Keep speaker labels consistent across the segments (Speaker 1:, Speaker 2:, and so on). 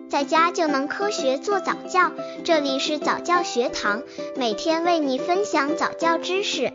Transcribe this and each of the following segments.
Speaker 1: 在家就能科学做早教。这里是早教学堂，每天为你分享早教知识。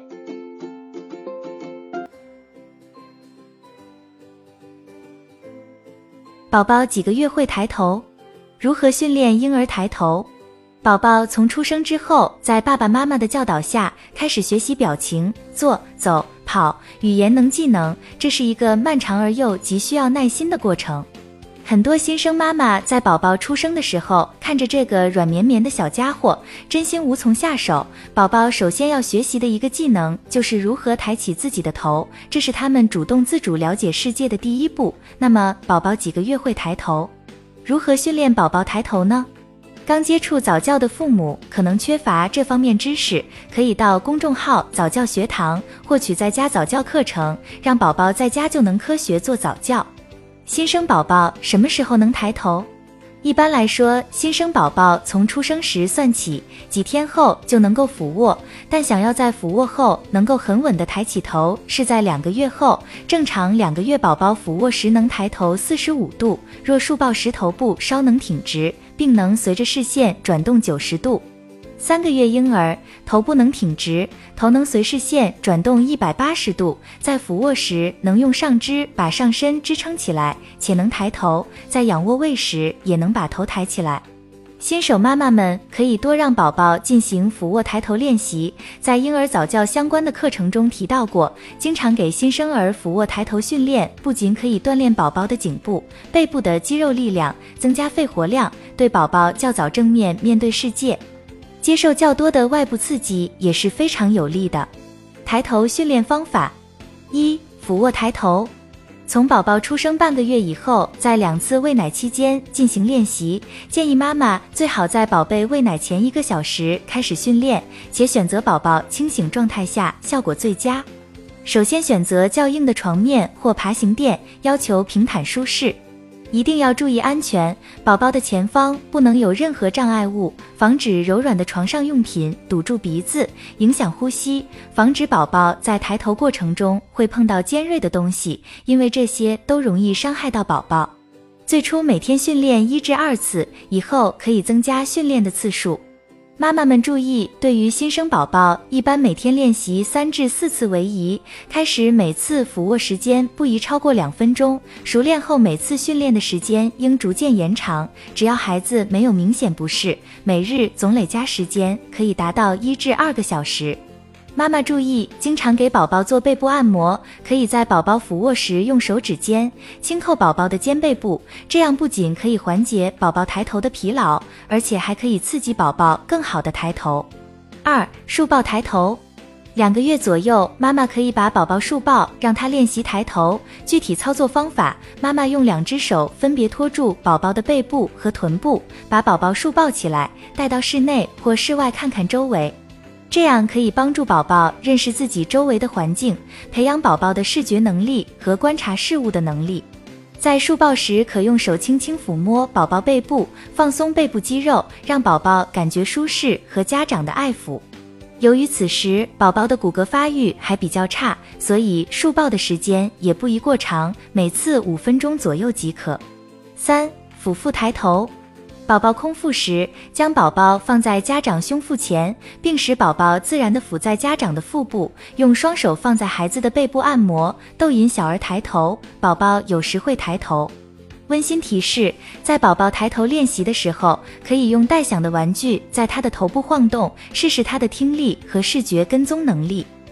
Speaker 2: 宝宝几个月会抬头？如何训练婴儿抬头？宝宝从出生之后，在爸爸妈妈的教导下，开始学习表情、坐、走、跑、语言能技能，这是一个漫长而又极需要耐心的过程。很多新生妈妈在宝宝出生的时候，看着这个软绵绵的小家伙，真心无从下手。宝宝首先要学习的一个技能，就是如何抬起自己的头，这是他们主动自主了解世界的第一步。那么，宝宝几个月会抬头？如何训练宝宝抬头呢？刚接触早教的父母可能缺乏这方面知识，可以到公众号早教学堂获取在家早教课程，让宝宝在家就能科学做早教。新生宝宝什么时候能抬头？一般来说，新生宝宝从出生时算起，几天后就能够俯卧，但想要在俯卧后能够很稳地抬起头，是在2个月后。正常2个月宝宝俯卧时能抬头45度，若竖抱时头部稍能挺直，并能随着视线转动90度。3个月婴儿头部能挺直，头能随视线转动180度，在俯卧时能用上肢把上身支撑起来，且能抬头，在仰卧位时也能把头抬起来。新手妈妈们可以多让宝宝进行俯卧抬头练习，在婴儿早教相关的课程中提到过，经常给新生儿俯卧抬头训练，不仅可以锻炼宝宝的颈部、背部的肌肉力量，增加肺活量，对宝宝较早正面面对世界，接受较多的外部刺激也是非常有利的。抬头训练方法： 1. 俯卧抬头。从宝宝出生半个月以后，在2次喂奶期间进行练习，建议妈妈最好在宝贝喂奶前1个小时开始训练，且选择宝宝清醒状态下，效果最佳。首先选择较硬的床面或爬行垫，要求平坦舒适。一定要注意安全，宝宝的前方不能有任何障碍物，防止柔软的床上用品堵住鼻子，影响呼吸，防止宝宝在抬头过程中会碰到尖锐的东西，因为这些都容易伤害到宝宝。最初每天训练1至2次，以后可以增加训练的次数。妈妈们注意，对于新生宝宝，一般每天练习3至4次为宜。开始每次俯卧时间不宜超过2分钟，熟练后每次训练的时间应逐渐延长。只要孩子没有明显不适，每日总累加时间可以达到1至2个小时。妈妈注意，经常给宝宝做背部按摩，可以在宝宝俯卧时用手指尖轻扣宝宝的肩背部，这样不仅可以缓解宝宝抬头的疲劳，而且还可以刺激宝宝更好的抬头。2. 竖抱抬头。2个月左右，妈妈可以把宝宝竖抱，让他练习抬头。具体操作方法，妈妈用2只手分别托住宝宝的背部和臀部，把宝宝竖抱起来，带到室内或室外看看周围。这样可以帮助宝宝认识自己周围的环境，培养宝宝的视觉能力和观察事物的能力。在竖抱时，可用手轻轻抚摸宝宝背部，放松背部肌肉，让宝宝感觉舒适和家长的爱抚。由于此时宝宝的骨骼发育还比较差，所以竖抱的时间也不宜过长，每次5分钟左右即可。3. 俯腹抬头。宝宝空腹时，将宝宝放在家长胸腹前，并使宝宝自然地俯在家长的腹部，用双手放在孩子的背部按摩，逗引小儿抬头，宝宝有时会抬头。温馨提示，在宝宝抬头练习的时候，可以用带响的玩具在他的头部晃动，试试他的听力和视觉跟踪能力。